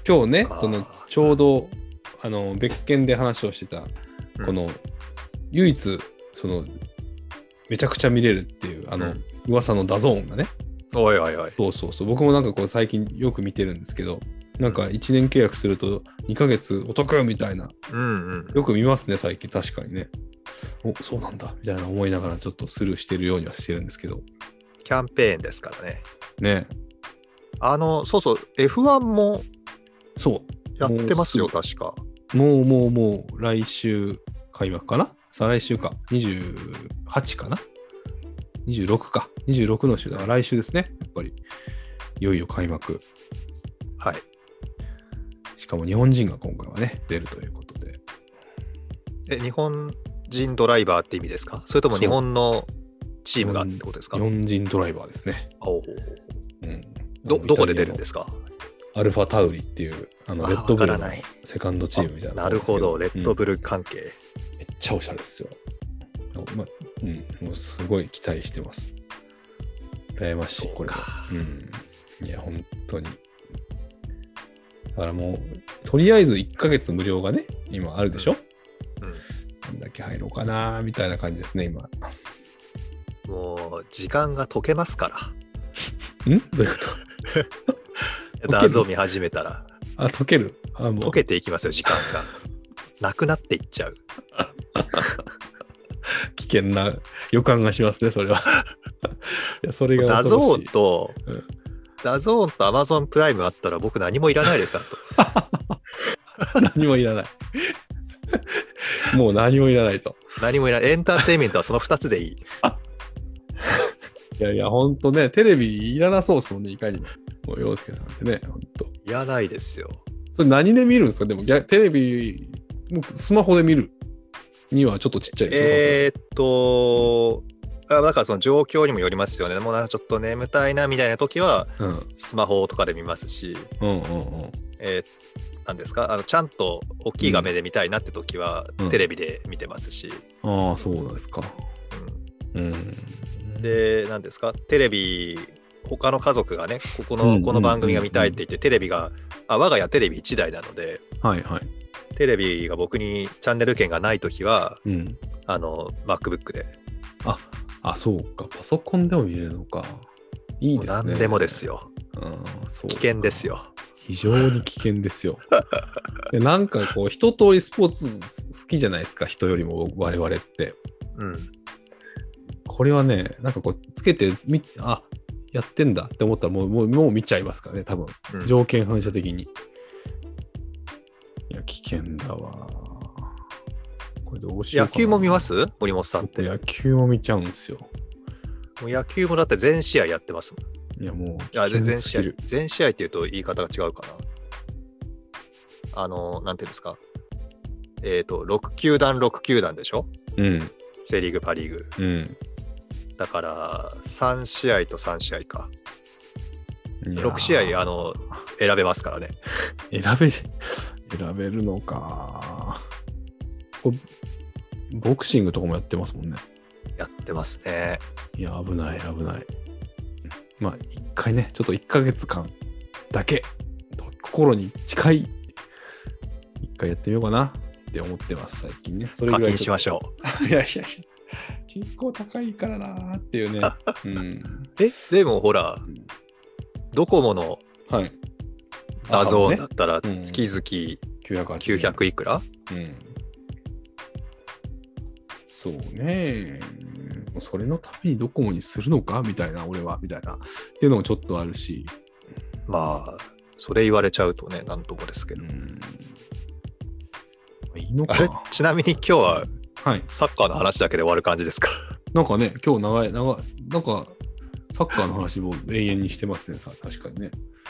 今日ね、そのちょうど別件で話をしてた、この唯一そのめちゃくちゃ見れるっていう噂のダゾーンがね。 おいおいおい。 そう。僕もなんかこう最近よく見てるんですけど、なんか1年契約すると2ヶ月お得みたいな、よく見ますね最近。確かにね。お、そうなんだみたいな思いながらちょっとスルーしてるようにはしてるんですけど。 キャンペーンですからね。 ね。 そうそう、F1 もそうやってますよ、確か。 もう来週開幕かな？再来週か。28かな？ 26 か。26の週だから来週ですね。やっぱり。いよいよ開幕。 はい。 しかも日本人が今回はね、出るということで。 日本人ドライバーって意味ですか？それとも日本のチームがってことですか？ 日本人ドライバーですね。 どこで出るんですか？ アルファタウリっていうレッドブルのセカンドチームみたいな。 なるほど、レッドブル関係。 めっちゃおしゃれですよ。もうすごい期待してます。羨ましい、これは。いや、本当に。だからもう、とりあえず1ヶ月無料がね、今あるでしょ？どんだけ入ろうかなみたいな感じですね、今。 もう、時間が解けますから。 どういうことダゾーン見始めたら。 解ける？ 解けていきますよ、時間が。なくなっていっちゃう。 危険な予感がしますね、それは。いや、それがダゾーンと、ダゾーンとアマゾンプライムあったら僕何もいらないですよ。 何もいらない。もう何もいらないと。 何もいらない。エンターテインメントはその2つでいい。 いや、ほんとね、テレビいらなそうですもんね、いかにも。もう、洋介さんってね、ほんと。 いらないですよ。 それ何で見るんですか？でも、テレビ、スマホで見るにはちょっとちっちゃいですよ。だからその状況にもよりますよね。もうなんかちょっと眠たいなみたいな時は、スマホとかで見ますし、なんですか、ちゃんと大きい画面で見たいなって時は、テレビで見てますし。 ああ、そうなんですか。 で、なんですか、テレビ、他の家族がね、この番組が見たいって言って、テレビが、我が家テレビ1台なので、テレビが僕にチャンネル権がないときは、MacBook で。 そうか。パソコンでも見れるのか。いいですね。 何でもですよ。危険ですよ。 非常に危険ですよ。なんかこう、一通りスポーツ好きじゃないですか、人よりも我々って。これはね、なんかこう、つけてやってんだって思ったらもう見ちゃいますからね、多分。条件反射的に。いや、危険だわ。これどうしようかな。 野球も見ます？森本さんって。 野球も見ちゃうんですよ。 もう野球もだって全試合やってますもん。 いや、もう危険すぎる。 全試合っていうと言い方が違うかな。なんていうんですか。6球団6球団でしょ？セリーグ、パリーグ。だから3試合と3試合か。6試合選べますからね。選べるのか。ボクシングとかもやってますもんね。 やってますね。 いや、危ない。まあ、一回ね、ちょっと1ヶ月間だけ、心に近い、一回やってみようかなって思ってます、最近ね。 それぐらい課金しましょう。いや、結構高いからなーっていうね。 でもほら、ドコモのダゾーンだったら月々900いくら？ そうね。それのためにドコモにするのかみたいな、俺はみたいなっていうのもちょっとあるし。 まあ、それ言われちゃうとね、なんともですけど。 いいのか。 あれ、ちなみに今日はサッカーの話だけで終わる感じですか？ なんかね、今日なんかサッカーの話も永遠にしてますね、確かにね。